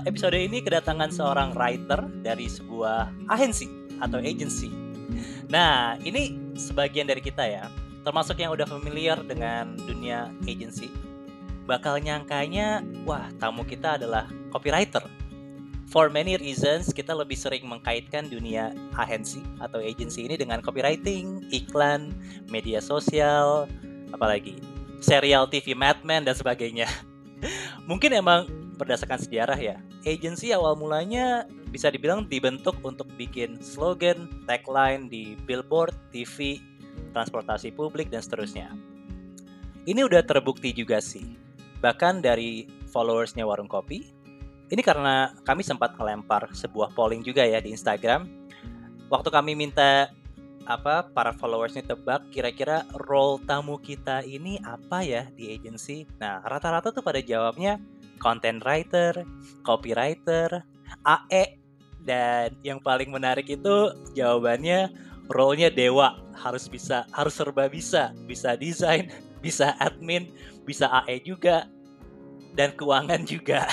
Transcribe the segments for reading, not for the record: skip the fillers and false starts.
episode ini kedatangan seorang writer dari sebuah agensi atau agency. Nah, ini sebagian dari kita ya, termasuk yang udah familiar dengan dunia agency. Bakal nyangkanya, wah tamu kita adalah copywriter. For many reasons, kita lebih sering mengkaitkan dunia agensi atau agency ini dengan copywriting, iklan, media sosial, apalagi serial TV Mad Men dan sebagainya. Mungkin emang berdasarkan sejarah ya, agency awal mulanya bisa dibilang dibentuk untuk bikin slogan, tagline di billboard, TV, transportasi publik, dan seterusnya. Ini udah terbukti juga sih. Bahkan dari followersnya Warung Kopi, ini karena kami sempat melempar sebuah polling juga ya di Instagram. Waktu kami minta para followersnya tebak kira-kira role tamu kita ini apa ya di agency. Nah, rata-rata tuh pada jawabnya content writer, copywriter, AE, dan yang paling menarik itu jawabannya role-nya dewa, harus serba bisa desain, bisa admin, bisa AE juga, dan keuangan juga.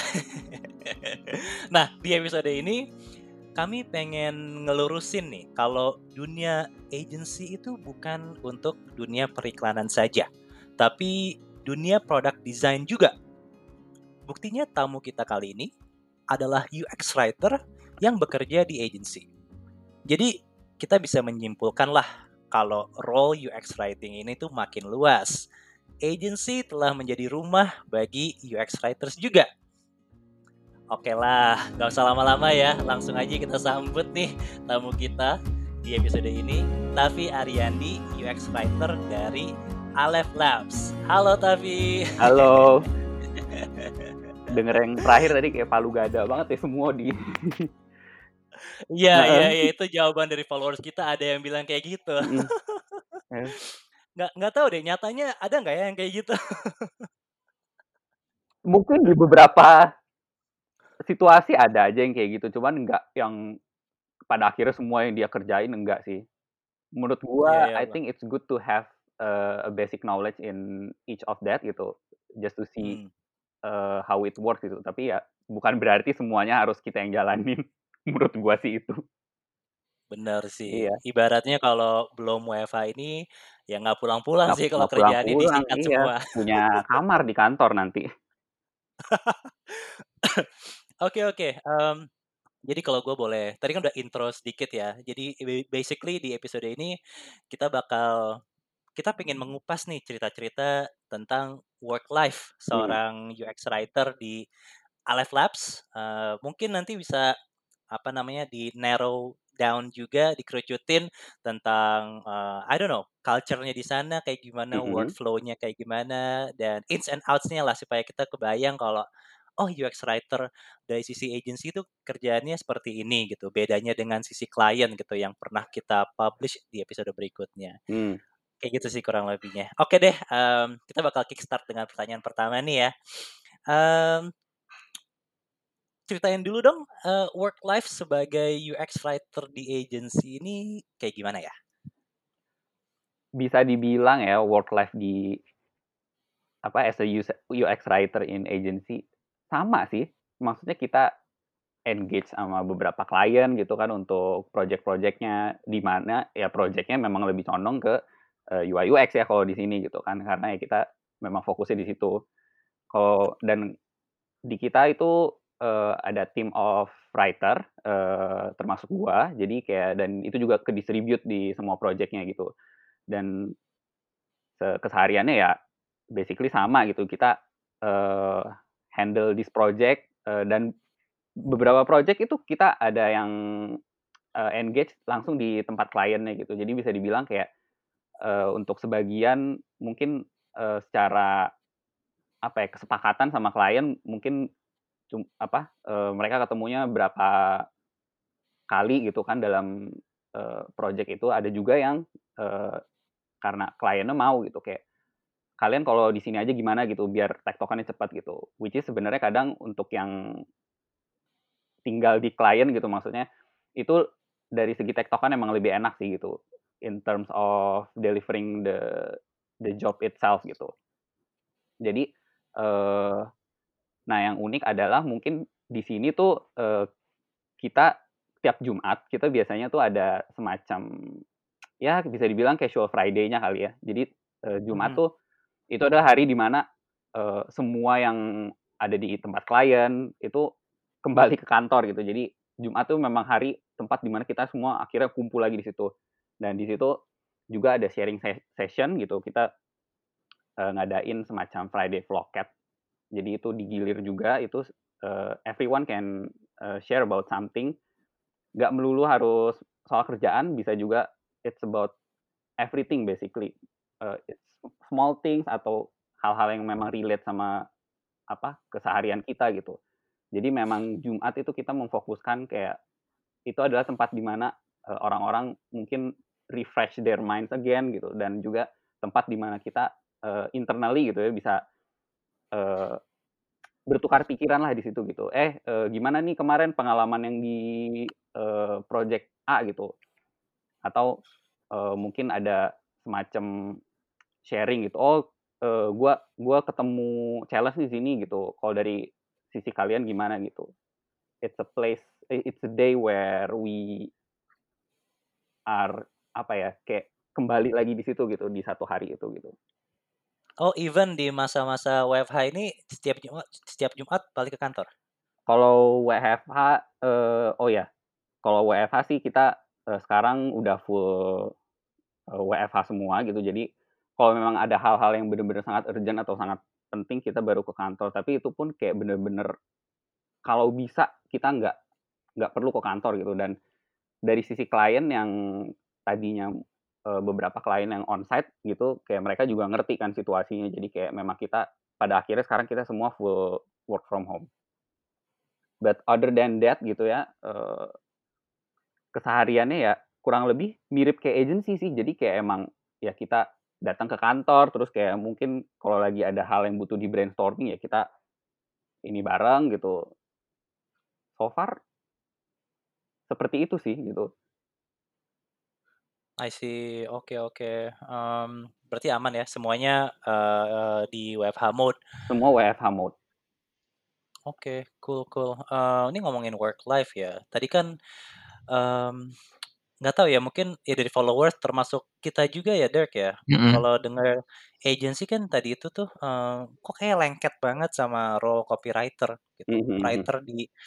Nah, di episode ini kami pengen ngelurusin nih kalau dunia agency itu bukan untuk dunia periklanan saja, tapi dunia product design juga. Buktinya tamu kita kali ini adalah UX writer yang bekerja di agency. Jadi kita bisa menyimpulkan lah kalau role UX writing ini tuh makin luas. Agency telah menjadi rumah bagi UX writers juga. Oke lah, gak usah lama-lama ya, langsung aja kita sambut nih tamu kita di episode ini, Tavi Ariandi, UX Writer dari Aleph Labs. Halo Tavi. Halo. Denger yang terakhir tadi kayak palu gada banget ya semua di. Iya, itu jawaban dari followers kita, ada yang bilang kayak gitu. Nggak tahu deh, nyatanya ada nggak ya yang kayak gitu? Mungkin di beberapa situasi ada aja yang kayak gitu, cuman nggak yang pada akhirnya semua yang dia kerjain, enggak sih. Menurut gua, Iya, I Bang. think it's good to have a basic knowledge in each of that gitu, just to see how it works gitu. Tapi ya bukan berarti semuanya harus kita yang jalanin. Menurut gua sih itu. Bener sih. Iya. Ibaratnya kalau belum WFH ini, ya nggak pulang-pulang sih kalau Nggak kerjaannya pulang-pulang, disikat iya. semua. Punya kamar di kantor nanti. Oke. Jadi kalau gue boleh, tadi kan udah intro sedikit ya. Jadi basically di episode ini kita pengen mengupas nih cerita-cerita tentang work life seorang UX writer di Aleph Labs. Mungkin nanti bisa di narrow down juga, dikerucutin tentang I don't know, culture-nya di sana kayak gimana, workflow-nya kayak gimana, dan ins and outs-nya lah supaya kita kebayang kalau oh UX writer dari sisi agency itu kerjaannya seperti ini gitu. Bedanya dengan sisi klien gitu yang pernah kita publish di episode berikutnya. Kayak gitu sih kurang lebihnya. Oke deh, kita bakal kickstart dengan pertanyaan pertama nih ya. Ceritain dulu dong, work life sebagai UX writer di agency ini kayak gimana ya? Bisa dibilang ya work life di as a UX writer in agency sama sih. Maksudnya kita engage sama beberapa klien gitu kan untuk project-projectnya, di mana ya projectnya memang lebih condong ke UI UX ya kalau di sini gitu kan, karena ya kita memang fokusnya di situ. Dan di kita itu ada team of writer, termasuk gua, jadi kayak dan itu juga ke-distribute di semua projectnya gitu. Dan kesehariannya ya basically sama gitu, kita handle this project, dan beberapa project itu kita ada yang engage langsung di tempat kliennya gitu. Jadi bisa dibilang kayak untuk sebagian mungkin secara kesepakatan sama klien mungkin mereka ketemunya berapa kali gitu kan dalam project itu. Ada juga yang karena kliennya mau gitu kayak, "Kalian kalau di sini aja gimana gitu biar tektokannya cepat," gitu. Which is sebenarnya kadang untuk yang tinggal di klien gitu, maksudnya itu dari segi tektokan emang lebih enak sih gitu, in terms of delivering the job itself gitu. Jadi, nah yang unik adalah mungkin di sini tuh kita tiap Jumat kita biasanya tuh ada semacam ya bisa dibilang casual Friday-nya kali ya. Jadi Jumat Mhm. tuh itu adalah hari di mana semua yang ada di tempat klien itu kembali ke kantor gitu. Jadi Jumat tuh memang hari tempat di mana kita semua akhirnya kumpul lagi di situ. Dan di situ juga ada sharing session gitu. Kita ngadain semacam Friday Vlogcat. Jadi itu digilir juga itu everyone can share about something. Nggak melulu harus soal kerjaan, bisa juga it's about everything basically. It's small things atau hal-hal yang memang relate sama keseharian kita gitu. Jadi memang Jumat itu kita memfokuskan kayak itu adalah tempat di mana orang-orang mungkin refresh their minds again gitu dan juga tempat di mana kita internally gitu ya bisa uh, bertukar pikiran lah di situ gitu. Gimana nih kemarin pengalaman yang di project A gitu atau mungkin ada semacam sharing gitu. Gua ketemu challenge di sini gitu. Kalau dari sisi kalian gimana gitu? It's a day where we are kayak kembali lagi di situ gitu di satu hari itu gitu. Oh, even di masa-masa WFH ini setiap Jumat balik ke kantor? Kalau WFH oh ya, kalau WFH sih kita sekarang udah full WFH semua gitu. Jadi kalau memang ada hal-hal yang benar-benar sangat urgent atau sangat penting kita baru ke kantor. Tapi itu pun kayak bener-bener kalau bisa kita nggak perlu ke kantor gitu. Dan dari sisi klien yang tadinya beberapa klien yang onsite gitu, kayak mereka juga ngerti kan situasinya. Jadi kayak memang kita pada akhirnya sekarang kita semua full work from home. But other than that gitu ya, kesehariannya ya kurang lebih mirip kayak agency sih. Jadi kayak emang ya kita datang ke kantor terus kayak mungkin kalau lagi ada hal yang butuh di brainstorming ya kita ini bareng gitu. So far seperti itu sih gitu. I see, oke oke, berarti aman ya semuanya, di WFH mode. Semua WFH mode. Oke, cool cool, ini ngomongin work life ya, tadi kan, mmm, nggak tahu ya mungkin ya dari followers termasuk kita juga ya Dirk ya, Mhm. kalau dengar agency kan tadi itu tuh, kok kayak lengket banget sama role copywriter gitu, Mhm mhm. writer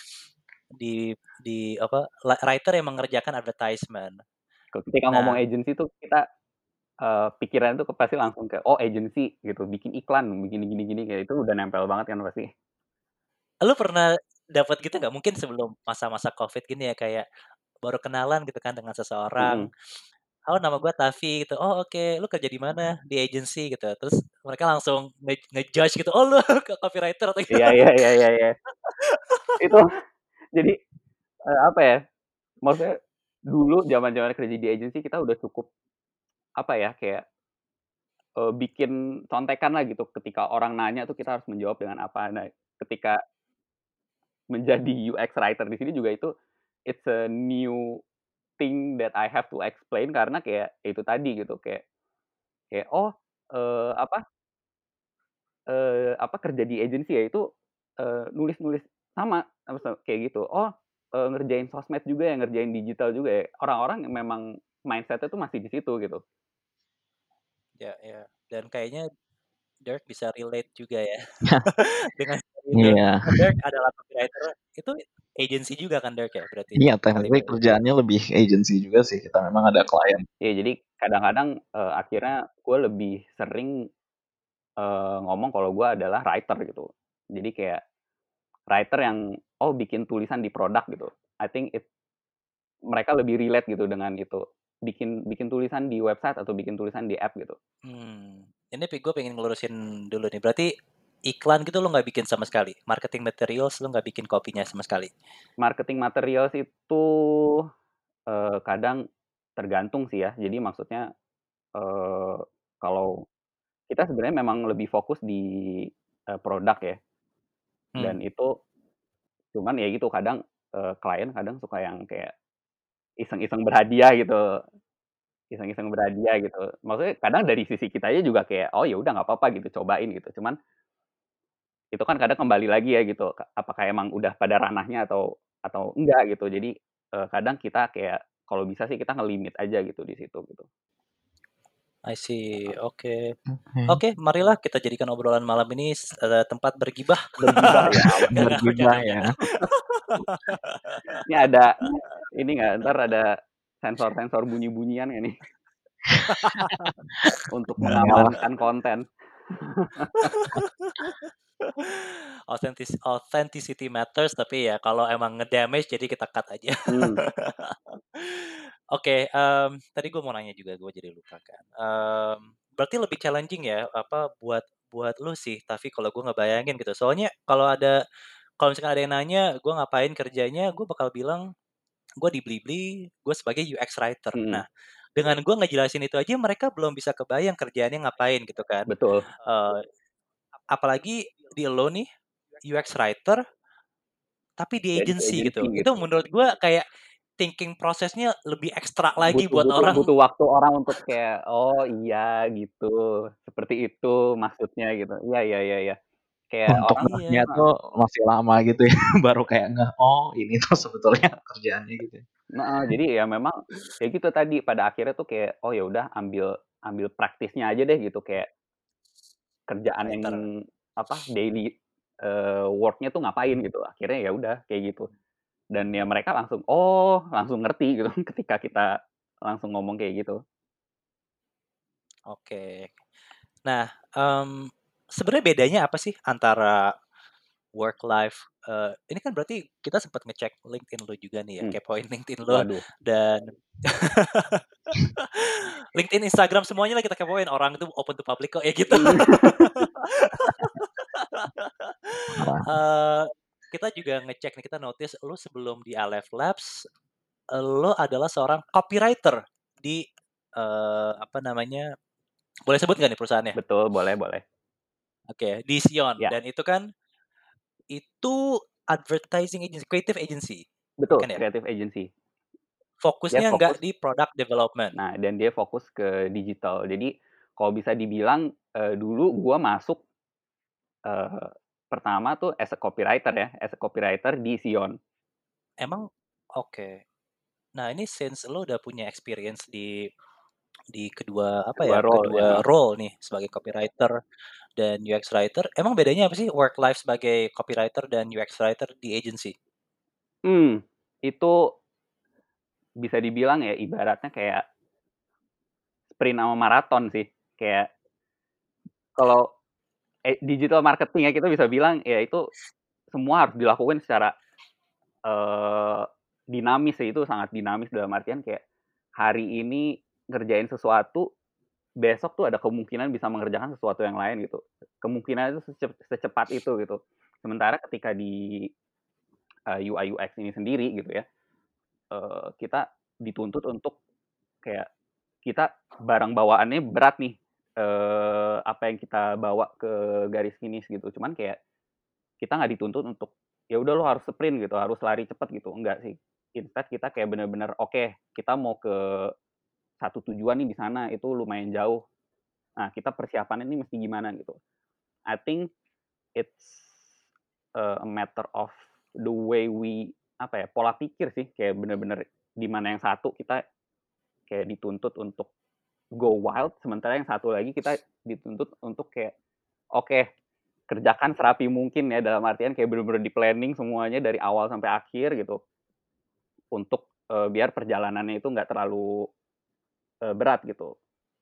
di apa, writer yang mengerjakan advertisement. Ketika ngomong Nah, agency tuh kita pikiran tuh pasti langsung ke, "Oh agency," gitu, bikin iklan, bikin gini-gini, kayak itu udah nempel banget kan pasti. lu pernah dapat gitu nggak? Mungkin sebelum masa-masa Covid gini ya, kayak baru kenalan gitu kan dengan seseorang, Mhm. "Halo nama gue Tavi," gitu, "Oh oke, lu kerja di mana?" "Di agency," gitu. Terus mereka langsung nge-judge gitu, "Oh lu copywriter atau Iya gimana?" iya iya iya iya. Itu jadi, apa ya, maksudnya dulu zaman-zaman kerja di agency kita udah cukup, kayak, bikin contekan lah gitu ketika orang nanya tuh kita harus menjawab dengan apa. Nah, ketika menjadi UX writer di sini juga itu it's a new thing that I have to explain karena kayak itu tadi gitu, kayak kayak, oh, eee, apa kerja di agency ya itu, nulis-nulis sama kayak gitu. Oh, ngerjain sosmed juga ya, ngerjain digital juga ya. Orang-orang yang memang mindset-nya tuh masih di situ gitu. Ya ya, dan kayaknya Dirk bisa relate juga ya dengan itu. Iya. Kan Dirk adalah copywriter, itu agency juga kan Dirk ya berarti? Iya, Kali technically berarti? kerjaannya lebih agency juga sih, kita memang ada klien. Ya jadi kadang-kadang, akhirnya gue lebih sering, ngomong kalau gue adalah writer gitu. Jadi kayak writer yang, oh bikin tulisan di produk gitu. I think mereka lebih relate gitu dengan itu. Bikin bikin tulisan di website atau bikin tulisan di app gitu. Ini gue pengen ngelurusin dulu nih, berarti iklan gitu lo nggak bikin sama sekali? Marketing materials lo nggak bikin kopinya sama sekali? Marketing materials itu, kadang tergantung sih ya. Jadi maksudnya, eee, kalau kita sebenarnya memang lebih fokus di, produk ya, Hmm. dan itu cuman ya gitu kadang, klien kadang suka yang kayak iseng-iseng berhadiah gitu, iseng-iseng berhadiah gitu. Maksudnya kadang dari sisi kitanya juga kayak, "Oh ya udah nggak apa-apa gitu, cobain," gitu. Cuman itu kan kadang kembali lagi ya gitu, apakah emang udah pada ranahnya atau enggak gitu. Jadi, kadang kita kayak kalau bisa sih kita ngelimit aja gitu di situ gitu. I see, oke. Oke. Oke, marilah kita jadikan obrolan malam ini tempat bergibah. Bergibah ya aman. Enggak, Bergibah ya. bercanda. Ini ada ini nggak, entar ada sensor-sensor bunyi-bunyian nggak nih? Untuk Nggak lah. mengamankan konten. Authenticity matters, tapi ya kalau emang ngedamage jadi kita cut aja. Hmm. Oke, tadi gue mau nanya juga, gue jadi lupa kan. Berarti lebih challenging ya, apa buat buat lu sih. Tapi kalau gue ngebayangin gitu, soalnya kalau misalkan ada yang nanya, gue ngapain kerjanya, gue bakal bilang gue di Blibli, gue sebagai UX writer. Mhm. Nah, dengan gue ngejelasin itu aja, mereka belum bisa kebayang kerjaannya ngapain gitu kan. Betul. Apalagi di lo nih, UX writer, tapi di Jadi agency agency gitu. Itu gitu. menurut gue kayak thinking prosesnya lebih ekstra lagi Butuh buat butuh orang. butuh waktu orang untuk kayak, "Oh iya gitu, seperti itu maksudnya," gitu. Iya iya iya iya. Kayak Untuk orang Iya, ngehnya tuh masih lama gitu ya, baru kayak ngeh, oh ini tuh sebetulnya kerjaannya gitu ya. heeh, jadi ya memang ya gitu tadi, pada akhirnya tuh kayak, oh ya udah ambil ambil praktisnya aja deh gitu, kayak kerjaan yang writer. apa, daily, work-nya tuh ngapain gitu. Akhirnya ya udah kayak gitu. Dan ya mereka langsung, oh langsung ngerti gitu ketika kita langsung ngomong kayak gitu. Oke. Nah, sebenarnya bedanya apa sih antara work life, ini kan berarti kita sempat ngecek LinkedIn lo juga nih ya, Hmm, kepoin LinkedIn lo waduh. dan LinkedIn, Instagram semuanya lah kita kepoin, orang itu open to public kok ya gitu. Mhm. Parah. Eee, kita juga ngecek nih, kita notice lu sebelum di Aleph Labs, lo adalah seorang copywriter di, apa namanya, boleh sebut nggak nih perusahaannya? Betul, boleh boleh. Oke, di Sion, Ya, dan itu advertising agency, creative agency, betul, bukan ya? creative agency. Dia Fokusnya nggak fokus di product development. nah dan dia fokus ke digital. Jadi kalau bisa dibilang, dulu gua masuk, eee, pertama tuh as a copywriter ya, as a copywriter di Sion. Emang oke. Nah, ini since lo udah punya experience di kedua apa Kedua ya, role ya, kedua heeh. role nih sebagai copywriter dan UX writer, emang bedanya apa sih work life sebagai copywriter dan UX writer di agency? Itu bisa dibilang ya ibaratnya kayak sprint sama maraton sih. Kayak kalau, digital marketing ya kita bisa bilang ya itu semua harus dilakukan secara, eee, dinamis ya, itu sangat dinamis dalam artian kayak hari ini ngerjain sesuatu, besok tuh ada kemungkinan bisa mengerjakan sesuatu yang lain gitu. Kemungkinan itu secepat itu gitu. Sementara ketika di, UI UX ini sendiri gitu ya, kita dituntut untuk kayak kita barang bawaannya berat nih, apa yang kita bawa ke garis finish gitu. Cuman kayak kita nggak dituntut untuk, ya udah lo harus sprint gitu, harus lari cepet gitu, enggak sih. Instead kita kayak bener-bener, oke, kita mau ke satu tujuan nih di sana, itu lumayan jauh. Nah, kita persiapannya ini mesti gimana gitu. I think it's, a matter of the way we apa ya, pola pikir sih, kayak bener-bener di mana yang satu kita kayak dituntut untuk go wild, sementara yang satu lagi kita dituntut untuk kayak, oke, kerjakan serapi mungkin ya, dalam artian kayak bener-bener di-planning semuanya dari awal sampai akhir gitu, untuk, biar perjalanannya itu nggak terlalu, berat gitu,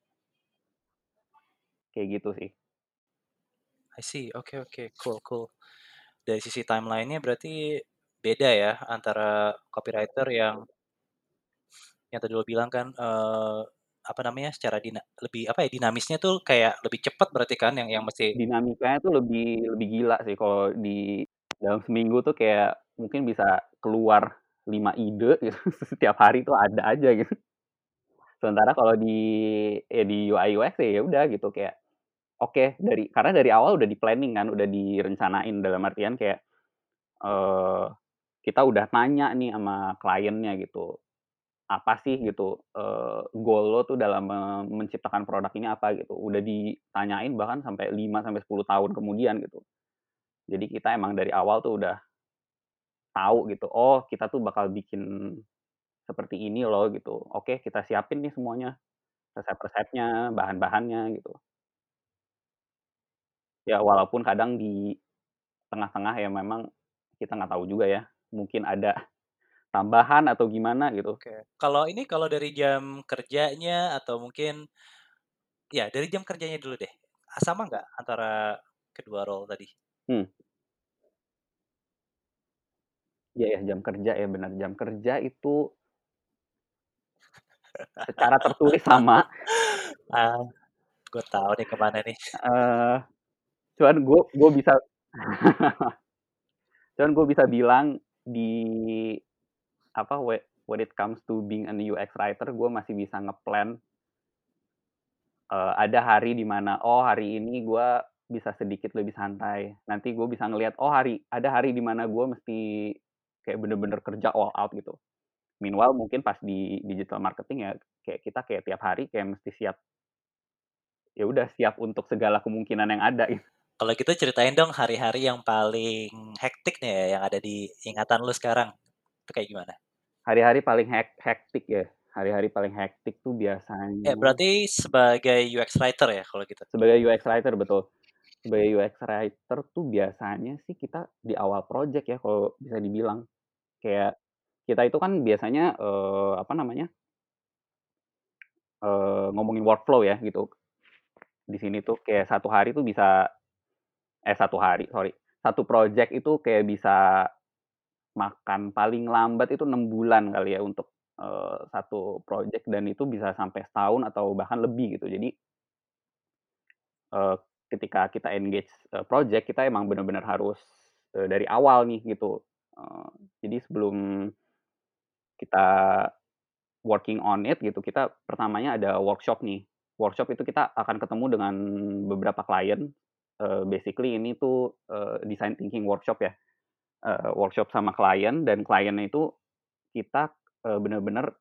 kayak gitu sih. I see, oke oke, cool cool. Dari sisi timeline-nya berarti beda ya antara copywriter yang tadi lo bilang kan, apa namanya, secara lebih apa ya, dinamisnya tuh kayak lebih cepat berarti kan yang mesti. Dinamikanya tuh lebih lebih gila sih kalau di dalam seminggu tuh kayak mungkin bisa keluar 5 ide gitu, setiap hari tuh ada aja gitu. Sementara kalau di UI UX ya udah gitu kayak, oke, karena dari awal udah di-planning kan, udah direncanain dalam artian kayak, eee, kita udah nanya nih sama kliennya gitu, apa sih gitu, goal lo tuh dalam menciptakan produk ini apa gitu, udah ditanyain bahkan sampai 5 sampai 10 tahun kemudian gitu. Jadi kita emang dari awal tuh udah tahu gitu, oh kita tuh bakal bikin seperti ini loh gitu. Oke, kita siapin nih semuanya, resep-resepnya, bahan-bahannya gitu. Ya walaupun kadang di tengah-tengah ya memang kita nggak tahu juga ya, mungkin ada tambahan atau gimana gitu. Oke. Kalau dari jam kerjanya atau mungkin ya dari jam kerjanya dulu deh. Sama nggak antara kedua role tadi? Hmm, iya ya jam kerja ya benar, jam kerja itu secara tertulis sama, Ah, gue tahu nih kemana nih. eee, cuman gue bisa cuman gue bisa bilang di apa, when it comes to being an UX writer, gue masih bisa ngeplan, ada hari di mana, oh hari ini gue bisa sedikit lebih santai. Nanti gue bisa ngelihat, oh ada hari di mana gue mesti kayak bener-bener kerja all out gitu. Meanwhile mungkin pas di digital marketing ya kayak kita kayak tiap hari kayak mesti siap, ya udah siap untuk segala kemungkinan yang ada gitu. Kalau gitu ceritain dong hari-hari yang paling hektik nih ya, yang ada di ingatan lu sekarang. Itu kayak gimana? Hari-hari paling hektik ya, hari-hari paling hektik tuh biasanya Berarti sebagai UX writer ya kalau gitu? sebagai UX writer betul. Sebagai UX writer tuh biasanya sih kita di awal project ya kalau bisa dibilang. Kayak kita itu kan biasanya, apa namanya, ngomongin workflow ya gitu. Di sini tuh kayak satu hari tuh bisa satu hari, sorry, satu project itu kayak bisa makan paling lambat itu 6 bulan kali ya untuk, satu project dan itu bisa sampai setahun atau bahkan lebih gitu. Jadi, eee, ketika kita engage, project kita emang bener-bener harus, dari awal nih gitu. Eee, jadi sebelum kita working on it gitu, kita pertamanya ada workshop nih. Workshop itu kita akan ketemu dengan beberapa klien, basically ini tuh, design thinking workshop ya, workshop sama klien dan kliennya itu kita, bener-bener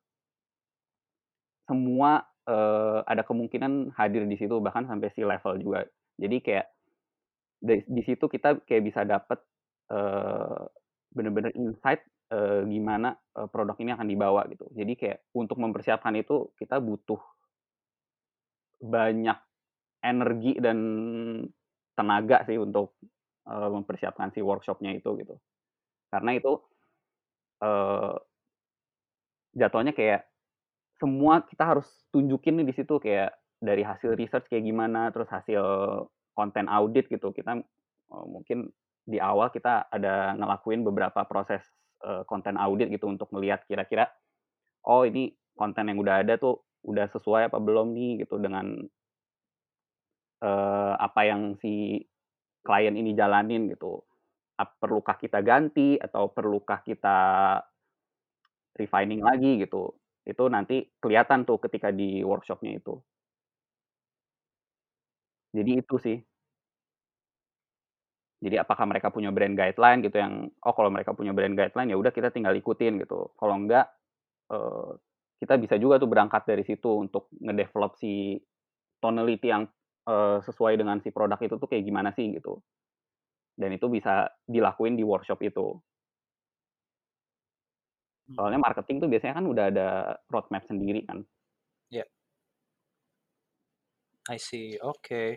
semua, ada kemungkinan hadir di situ bahkan sampai C-level juga. Jadi kayak di situ kita kayak bisa dapet, eee, bener-bener insight, gimana, produk ini akan dibawa gitu. Jadi kayak untuk mempersiapkan itu kita butuh banyak energi dan tenaga sih untuk, mempersiapkan si workshop-nya itu gitu. Karena itu, eee, jatuhnya kayak semua kita harus tunjukin nih di situ kayak dari hasil research kayak gimana, terus hasil konten audit gitu. Kita, mungkin di awal kita ada ngelakuin beberapa proses, konten audit gitu untuk melihat kira-kira, oh ini konten yang udah ada tuh udah sesuai apa belum nih gitu dengan, apa yang si klien ini jalanin gitu. Perlukah kita ganti atau perlukah kita refining lagi gitu. Itu nanti kelihatan tuh ketika di workshop-nya itu. Jadi itu sih. Jadi apakah mereka punya brand guideline gitu yang, oh kalau mereka punya brand guideline ya udah kita tinggal ikutin gitu. Kalau enggak, eee, kita bisa juga tuh berangkat dari situ untuk ngedevelop si tonality yang, sesuai dengan si produk itu tuh kayak gimana sih gitu. Dan itu bisa dilakuin di workshop itu. Soalnya Hmm, marketing tuh biasanya kan udah ada roadmap sendiri kan. ya, I see. Oke.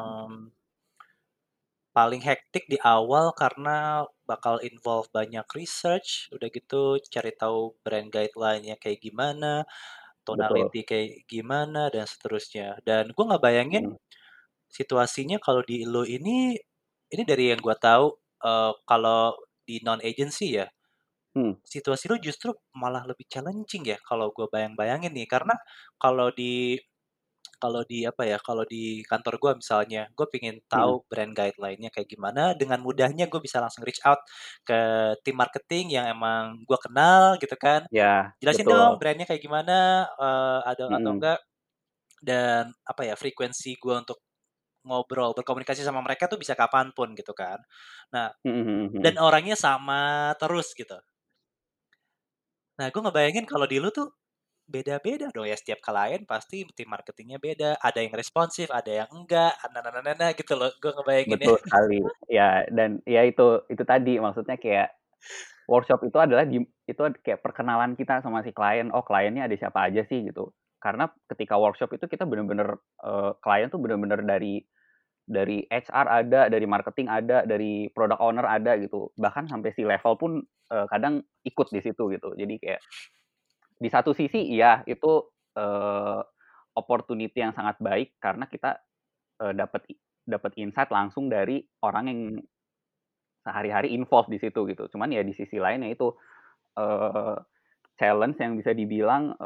Paling hektik di awal karena bakal involve banyak research, udah gitu cari tahu brand guideline-nya kayak gimana, Betul, tonality kayak gimana, dan seterusnya. Dan gue nggak bayangin mhm, situasinya kalau di lo ini dari yang gue tahu, kalau di non-agency ya, hmm, situasi lo justru malah lebih challenging ya kalau gue bayang-bayangin nih. Karena kalau di kalau di kantor gue misalnya, gue pengen mhm. tahu brand guideline-nya kayak gimana, dengan mudahnya gue bisa langsung reach out ke tim marketing yang emang gue kenal gitu kan. Ya, Jelasin dong betul, brandnya kayak gimana, ada atau mhm, enggak, dan apa ya, frekuensi gue untuk ngobrol, berkomunikasi sama mereka tuh bisa kapan pun gitu kan. Nah, mhm mhm dan mhm. orangnya sama terus gitu. Nah, gue ngebayangin kalau di lu tuh beda-beda dong ya, setiap klien pasti tim marketingnya beda, ada yang responsif, ada yang enggak, nah gitu loh, gue ngebayanginnya. Betul sekali. Ya, dan ya itu tadi maksudnya kayak workshop itu adalah itu kayak perkenalan kita sama si klien. Oh, kliennya ada siapa aja sih gitu. Karena ketika workshop itu kita bener-bener klien tuh bener-bener dari HR ada, dari marketing ada, dari product owner ada gitu. Bahkan sampai si level pun kadang ikut di situ gitu. Jadi kayak di satu sisi iya itu eh, opportunity yang sangat baik karena kita dapat dapat insight langsung dari orang yang sehari-hari involved di situ gitu. Cuman ya di sisi lainnya itu eh, challenge yang bisa dibilang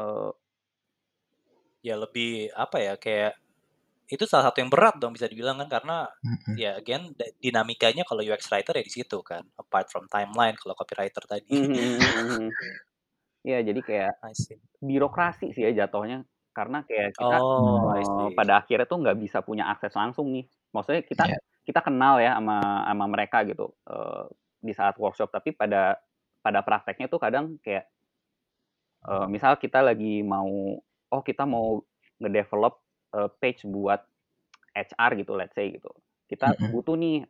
Ya lebih apa ya, kayak itu salah satu yang berat dong bisa dibilang kan, karena Mm-mm. ya again dinamikanya kalau UX writer ya di situ kan, apart from timeline kalau copywriter tadi. ya jadi kayak I see. birokrasi sih ya jatuhnya karena kayak kita Oh, I see. pada akhirnya tuh nggak bisa punya akses langsung nih. Maksudnya kita Ya. kita kenal ya sama mereka gitu di saat workshop, tapi pada pada prakteknya tuh kadang kayak misal kita lagi kita mau ngedevelop page buat HR gitu, let's say gitu. Kita Mm-mm. butuh nih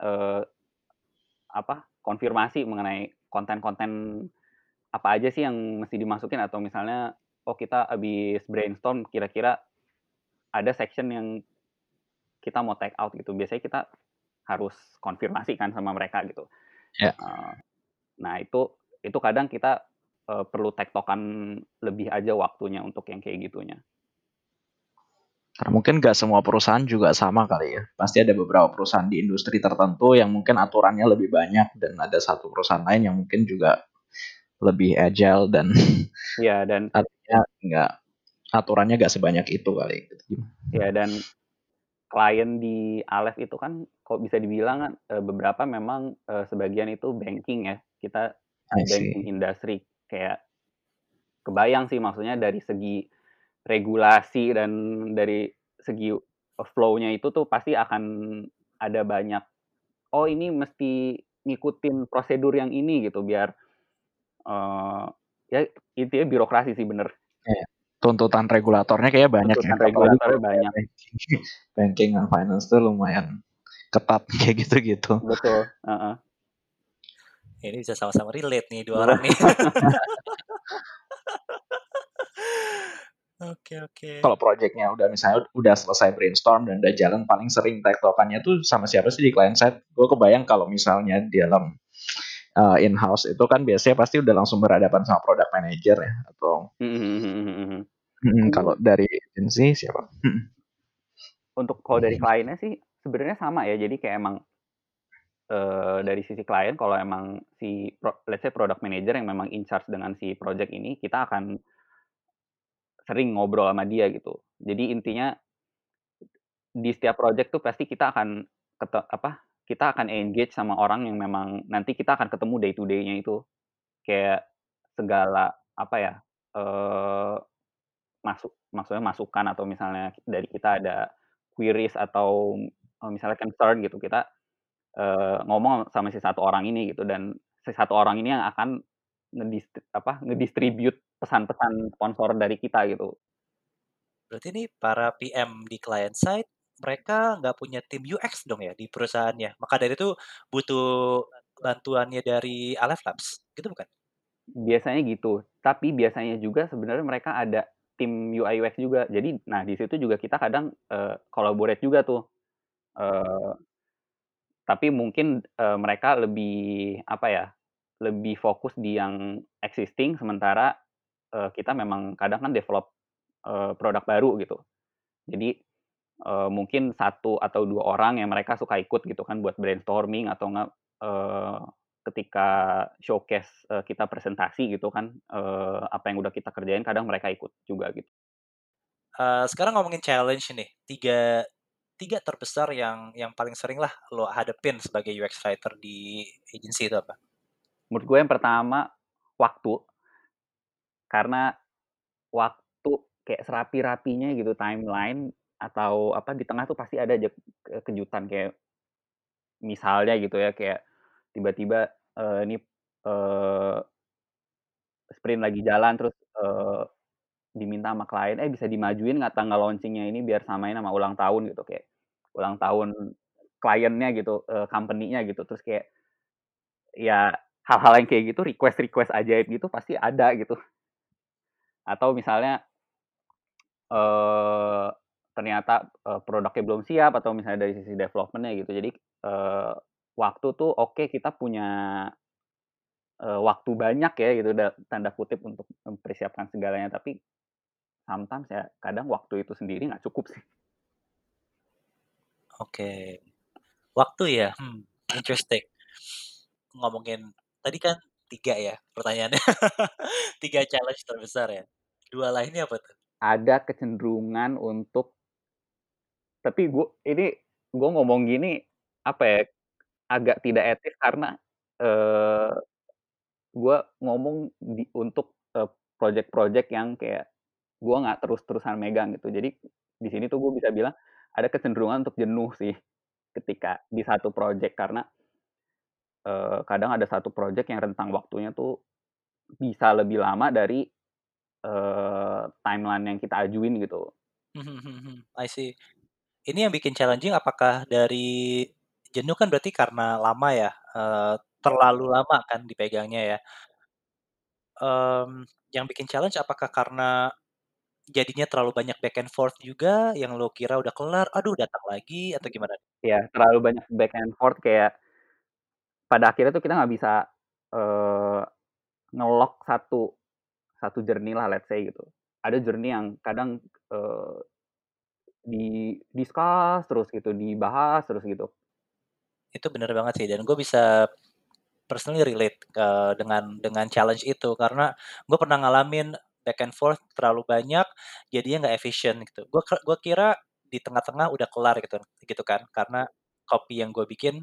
konfirmasi mengenai konten-konten apa aja sih yang mesti dimasukin atau misalnya kita habis brainstorm kira-kira ada section yang kita mau take out gitu. Biasanya kita harus konfirmasi kan sama mereka gitu. Ya. Eh, nah itu kadang kita perlu tektokan lebih aja waktunya untuk yang kayak gitunya. Karena mungkin nggak semua perusahaan juga sama kali ya. Pasti ada beberapa perusahaan di industri tertentu yang mungkin aturannya lebih banyak dan ada satu perusahaan lain yang mungkin juga lebih agile dan Ya dan artinya nggak aturannya nggak sebanyak itu kali. ya dan klien di Aleph itu kan kok bisa dibilang kan beberapa memang sebagian itu banking ya. Kita I banking see. industry kayak kebayang sih maksudnya dari segi regulasi dan dari segi flow-nya itu tuh pasti akan ada banyak, oh ini mesti ngikutin prosedur yang ini gitu biar eh ya intinya birokrasi sih bener. Ya, tuntutan regulatornya kayak banyak ya. Tuntutan Apalagi regulatornya kalau kayak banyak. banking dan finance tuh lumayan ketat kayak gitu-gitu. Betul. Ini bisa sama-sama relate nih dua Betul. orang nih. Oke, oke. Kalau projectnya udah misalnya udah selesai brainstorm dan udah jalan, paling sering tektokannya tuh sama siapa sih di client side? Gue kebayang kalau misalnya di dalam in-house itu kan biasanya pasti udah langsung berhadapan sama product manager ya, atau kalau dari agency siapa? Untuk kalau dari kliennya sih sebenarnya sama ya. Jadi kayak emang dari sisi klien kalau emang let's say product manager yang memang in charge dengan si project ini, kita akan sering ngobrol sama dia gitu. Jadi intinya di setiap project tuh pasti kita akan kita akan engage sama orang yang memang nanti kita akan ketemu day to day-nya itu. Kayak segala eee, maksudnya masukan atau misalnya dari kita ada queries atau misalnya concern gitu, kita ngomong sama si satu orang ini gitu dan si satu orang ini yang akan ngedistribute pesan-pesan sponsor dari kita gitu. Berarti ini para PM di client side, mereka nggak punya tim UX dong ya di perusahaannya. Maka dari itu butuh bantuannya dari Aleph Labs, gitu bukan? Biasanya gitu, tapi biasanya juga sebenarnya mereka ada tim UI UX juga. Jadi nah di situ juga kita kadang collaborate juga tuh. Eee, tapi mungkin mereka lebih lebih fokus di yang existing sementara kita memang kadang kan develop produk baru gitu. Jadi mungkin satu atau 2 orang yang mereka suka ikut gitu kan buat brainstorming atau enggak ketika showcase kita presentasi gitu kan apa yang udah kita kerjain kadang mereka ikut juga gitu. Sekarang ngomongin challenge nih, tiga tiga terbesar yang paling sering lah lo hadepin sebagai UX writer di agency itu apa? Menurut gue yang pertama waktu, karena waktu kayak serapi-rapinya gitu timeline atau di tengah tuh pasti ada aja kejutan kayak misalnya gitu ya kayak tiba-tiba ini eee, sprint lagi jalan terus diminta sama klien, bisa dimajuin nggak tanggal launching-nya ini biar samain sama ulang tahun gitu, kayak ulang tahun kliennya gitu, company-nya gitu. Terus kayak ya hal-hal yang kayak gitu, request-request ajaib gitu pasti ada gitu. Atau misalnya eh ternyata produknya belum siap atau misalnya dari sisi development-nya gitu. Jadi waktu tuh oke kita punya waktu banyak ya gitu tanda kutip untuk mempersiapkan segalanya, tapi sometimes ya kadang waktu itu sendiri nggak cukup sih. Oke. Waktu ya? Interesting. Ngomongin tadi kan 3 ya pertanyaannya. 3 challenge terbesar ya. 2 lainnya apa tuh? Ada kecenderungan untuk, tapi gue ngomong gini apa ya, agak tidak etis karena eh gue ngomong untuk project-project yang kayak gue nggak terus-terusan megang gitu. Jadi di sini tuh gue bisa bilang ada kecenderungan untuk jenuh sih ketika di satu project, karena kadang ada satu project yang rentang waktunya tuh bisa lebih lama dari timeline yang kita ajuin gitu. I see. Ini yang bikin challenging apakah dari jenuh kan berarti karena lama ya, terlalu lama kan dipegangnya ya. Yang bikin challenge apakah karena jadinya terlalu banyak back and forth juga, yang lo kira udah kelar, aduh datang lagi atau gimana? Ya terlalu banyak back and forth, kayak pada akhirnya tuh kita nggak bisa eee, nge-lock satu satu journey lah, let's say gitu. Ada journey yang kadang eee, di-discuss terus gitu, dibahas terus gitu. Itu bener banget sih dan gue bisa personally relate, dengan challenge itu karena gue pernah ngalamin back and forth terlalu banyak, jadinya nggak efisien gitu. Gue kira di tengah-tengah udah kelar gitu kan, karena copy yang gue bikin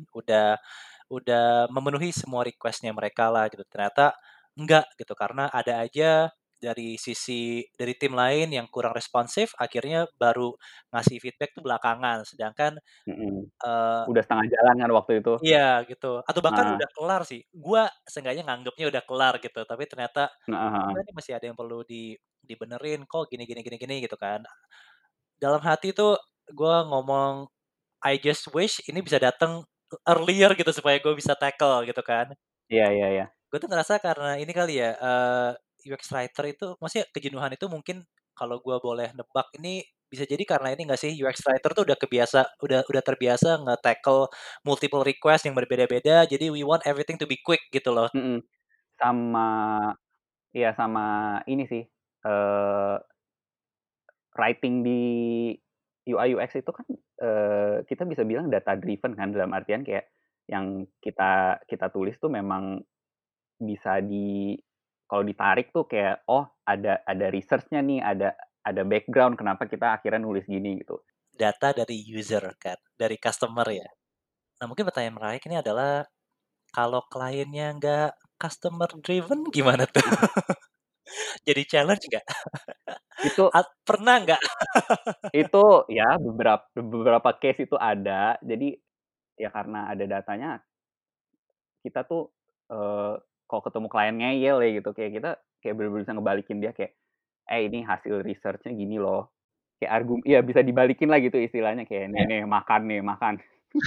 udah memenuhi semua request-nya mereka lah gitu. Ternyata enggak gitu, karena ada aja dari tim lain yang kurang responsif, akhirnya baru ngasih feedback tuh belakangan. Sedangkan, Mhm. eee Udah setengah jalan kan waktu itu. iya gitu, atau bahkan Heeh. udah kelar sih. Gua seenggaknya nganggepnya udah kelar gitu, tapi ternyata, Heeh "Oh heeh. enggak nih masih ada yang perlu dibenerin kok gini gini gini gini," gitu kan. Dalam hati tuh gua ngomong, "I just wish ini bisa datang earlier gitu supaya gue bisa tackle," gitu kan. Iya iya iya. Gue tuh ngerasa karena ini kali ya, UX writer itu maksudnya kejenuhan itu mungkin kalau gue boleh nebak ini bisa jadi karena ini nggak sih, UX writer tuh udah terbiasa nge-tackle multiple request yang berbeda-beda, jadi we want everything to be quick gitu loh. Mhm. Sama iya, sama ini sih, eee, writing di UI UX itu kan kita bisa bilang data driven kan, dalam artian kayak yang kita kita tulis tuh memang bisa kalau ditarik tuh kayak, oh ada research-nya nih, ada background kenapa kita akhirnya nulis gini gitu. Data dari user kan, dari customer ya. Nah mungkin pertanyaan menarik ini adalah kalau kliennya nggak customer driven gimana tuh? Jadi challenge nggak? Itu Pernah nggak? itu ya beberapa case itu ada. Jadi ya karena ada datanya, kita tuh kalau ketemu klien ngeyel ya gitu, kayak kita kayak bener-bener bisa ngebalikin dia kayak, ini hasil research-nya gini loh." Kayak iya bisa dibalikin lah gitu istilahnya, kayak, "Nih Ya, nih, makan nih, makan."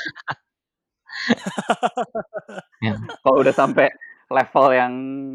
ya. Kalau udah sampai level yang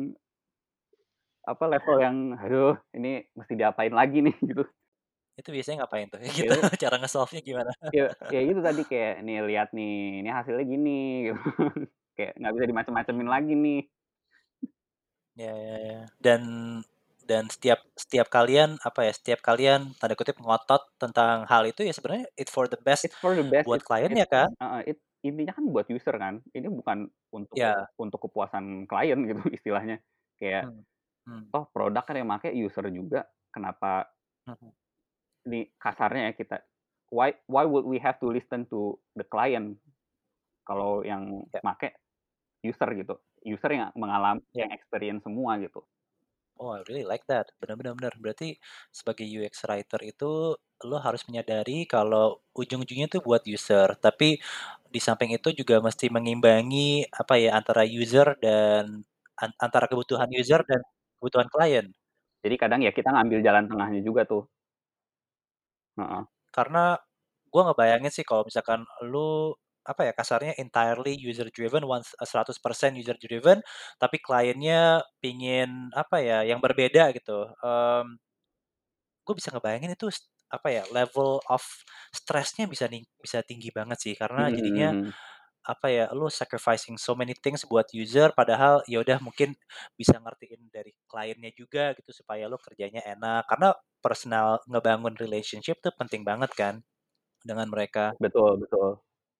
level yang, "Aduh, ini mesti diapain lagi nih?" Gitu. Itu biasanya ngapain tuh? Gitu, Itu cara nge-solve-nya gimana? ya itu tadi kayak, "Nih lihat nih, ini hasilnya gini," gitu. Kayak nggak bisa dimacem-macemin Mhm. lagi nih. Ya ya ya. Dan setiap kalian, apa ya, setiap kalian tanda kutip ngotot tentang hal itu ya sebenarnya it for the best It's for the best, buat kliennya kan? intinya kan buat user kan, ini bukan Ya. untuk kepuasan klien gitu istilahnya. Kayak, Hmm. Hmm. toh produk kan yang make user juga, kenapa Mhm. ini kasarnya ya kita, why would we have to listen to the client kalau yang Ya make user gitu, user yang mengalami ya. yang experience semua gitu. Oh, I really like that. Benar benar benar. Berarti sebagai UX writer itu lo harus menyadari kalau ujung-ujungnya tuh buat user, tapi di samping itu juga mesti mengimbangi apa ya antara user dan antara kebutuhan user dan kebutuhan klien. Jadi kadang ya kita ngambil jalan tengahnya juga tuh. Heeh. Karena gue ngebayangin sih kalau misalkan lu apa ya kasarnya entirely user driven, 100% user driven, tapi kliennya pingin apa ya yang berbeda gitu. Gue bisa ngebayangin itu apa ya level of stressnya bisa tinggi banget sih karena Mhm jadinya mhm. apa ya lu sacrificing so many things buat user padahal ya udah mungkin bisa ngertiin dari kliennya juga gitu supaya lu kerjanya enak karena personal ngebangun relationship tuh penting banget kan dengan mereka. Betul betul.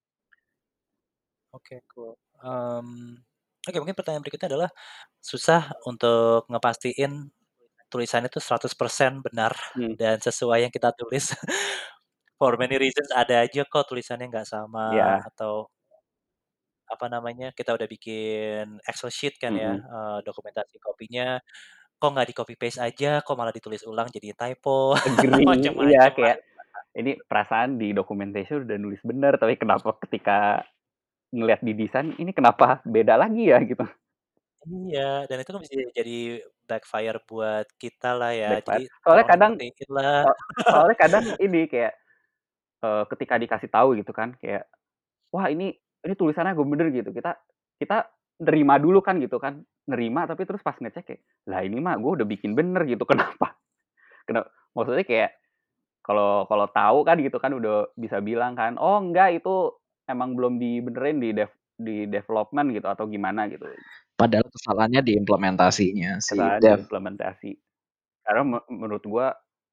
Oke, cool. Oke, mungkin pertanyaan berikutnya adalah susah untuk ngepastikan tulisan itu 100% benar Hmm, dan sesuai yang kita tulis. For many reasons ada aja kok tulisannya nggak sama iya, atau apa namanya, kita udah bikin Excel sheet kan ya, mhm. dokumentasi kopinya, kok nggak di-copy paste aja, kok malah ditulis ulang jadi typo, Agree, iya macam-macam lah. kayak ini perasaan di documentation udah nulis bener, tapi kenapa ketika ngelihat di desain, ini kenapa beda lagi ya gitu, Iya, dan itu kan bisa jadi backfire buat kita lah ya, jadi backfire. tolong dimatiin lah. Soalnya kadang ini kayak, ketika dikasih tahu gitu kan, kayak, "Wah ini tulisannya gue bener," gitu. Kita kita nerima dulu kan gitu kan, nerima tapi terus pas ngecek kayak, "Lah ini mah gue udah bikin bener gitu, kenapa?" Maksudnya kayak kalau kalau tahu kan gitu kan udah bisa bilang kan, "Oh enggak itu emang belum dibenerin di development," gitu atau gimana gitu, Padahal kesalahannya di implementasinya si kesalahan dev. diimplementasi. Karena menurut gua,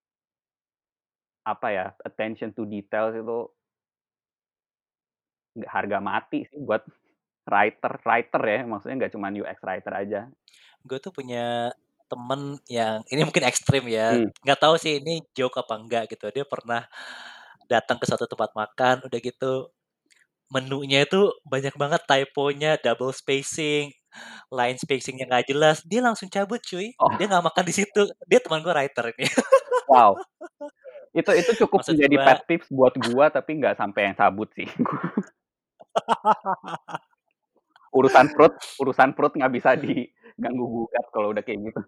apa ya, attention to details itu nggak harga mati sih buat writer writer ya, maksudnya nggak cuman UX writer aja. Gue tuh punya temen yang ini mungkin ekstrim ya, Mmm, nggak tahu sih ini joke apa enggak gitu. Dia pernah datang ke suatu tempat makan, udah gitu menunya itu banyak banget typonya, double spacing, line spacing-nya nggak jelas. Dia langsung cabut cuy, dia oh nggak makan di situ. Dia teman gue writer ini. wow, itu cukup Maksud menjadi gue pet tips buat gua tapi nggak sampai yang cabut sih. Urusan perut nggak bisa diganggu gugat kalau udah kayak gitu.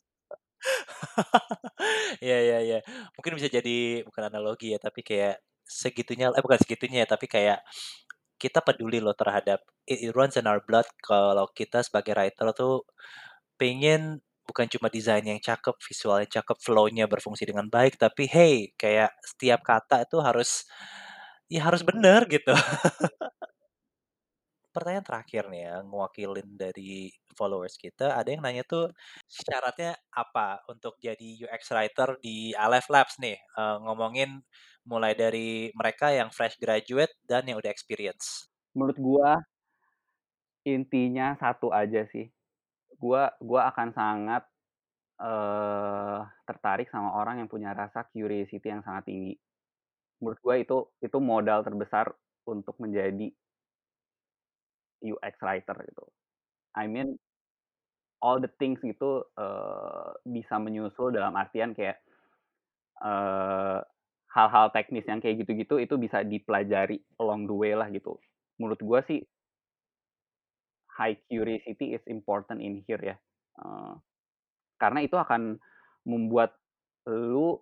iya iya iya. Mungkin bisa jadi bukan analogi ya, tapi kayak segitunya bukan segitunya ya, tapi kayak kita peduli loh terhadap it runs in our blood kalau kita sebagai writer tuh pengen bukan cuma desain yang cakep, visualnya cakep, flow-nya berfungsi dengan baik, tapi hey, kayak setiap kata itu harus ya harus bener gitu. Pertanyaan terakhir nih ya, ngewakilin dari followers kita, ada yang nanya tuh syaratnya apa untuk jadi UX writer di Aleph Labs nih? Ngomongin mulai dari mereka yang fresh graduate dan yang udah experience. Menurut gua intinya satu aja sih, gua akan sangat, tertarik sama orang yang punya rasa curiosity yang sangat tinggi. Menurut gua itu modal terbesar untuk menjadi UX writer gitu. I mean all the things gitu, bisa menyusul dalam artian kayak, eee, hal-hal teknis yang kayak gitu-gitu itu bisa dipelajari along the way lah gitu. Menurut gua sih high curiosity is important in here ya, karena itu akan membuat lu,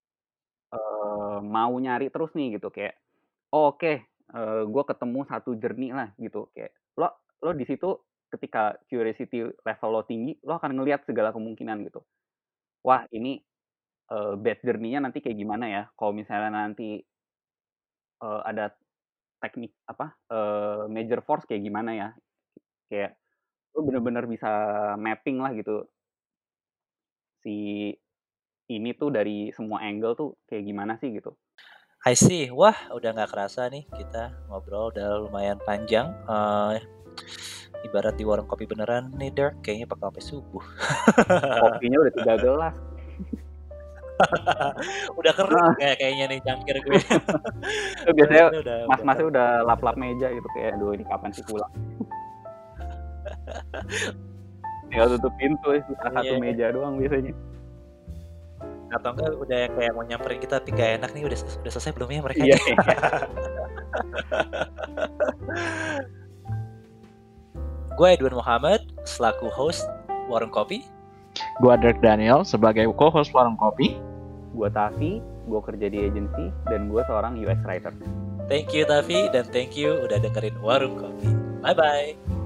mau nyari terus nih gitu kayak, "Oh oke, gua ketemu satu journey lah," gitu kayak lo lo di situ ketika curiosity level lo tinggi, lo akan ngelihat segala kemungkinan gitu. Wah ini, bad journey-nya nanti kayak gimana ya, kalau misalnya nanti, ada teknik apa, major force kayak gimana ya, kayak lo bener-bener bisa mapping lah gitu, si ini tuh dari semua angle tuh kayak gimana sih gitu. I see. Wah, udah nggak kerasa nih kita ngobrol udah lumayan panjang. Ibarat di warung kopi beneran nih, Dirk, kayaknya bakal sampai subuh. Kopinya udah 3 gelas. Udah kering Heeh. kayaknya nih cangkir gue. Itu biasanya Tulisannya udah mas-masnya kering. udah lap-lap meja gitu kayak, "Aduh ini kapan sih pulang?" Tinggal tutup pintu sisa Iya, satu iya. meja doang biasanya. Atau enggak udah yang kayak mau nyamperin kita tapi nggak enak nih udah selesai belum ya mereka Iya nih? iya. Gue Edwin Muhammad selaku host Warung Kopi. Gua Dirk Daniel sebagai co-host Warung Kopi. Gue Tavi, gue kerja di agency, dan gue seorang UX writer. Thank you Tavi dan thank you udah dengerin Warung Kopi. Bye bye.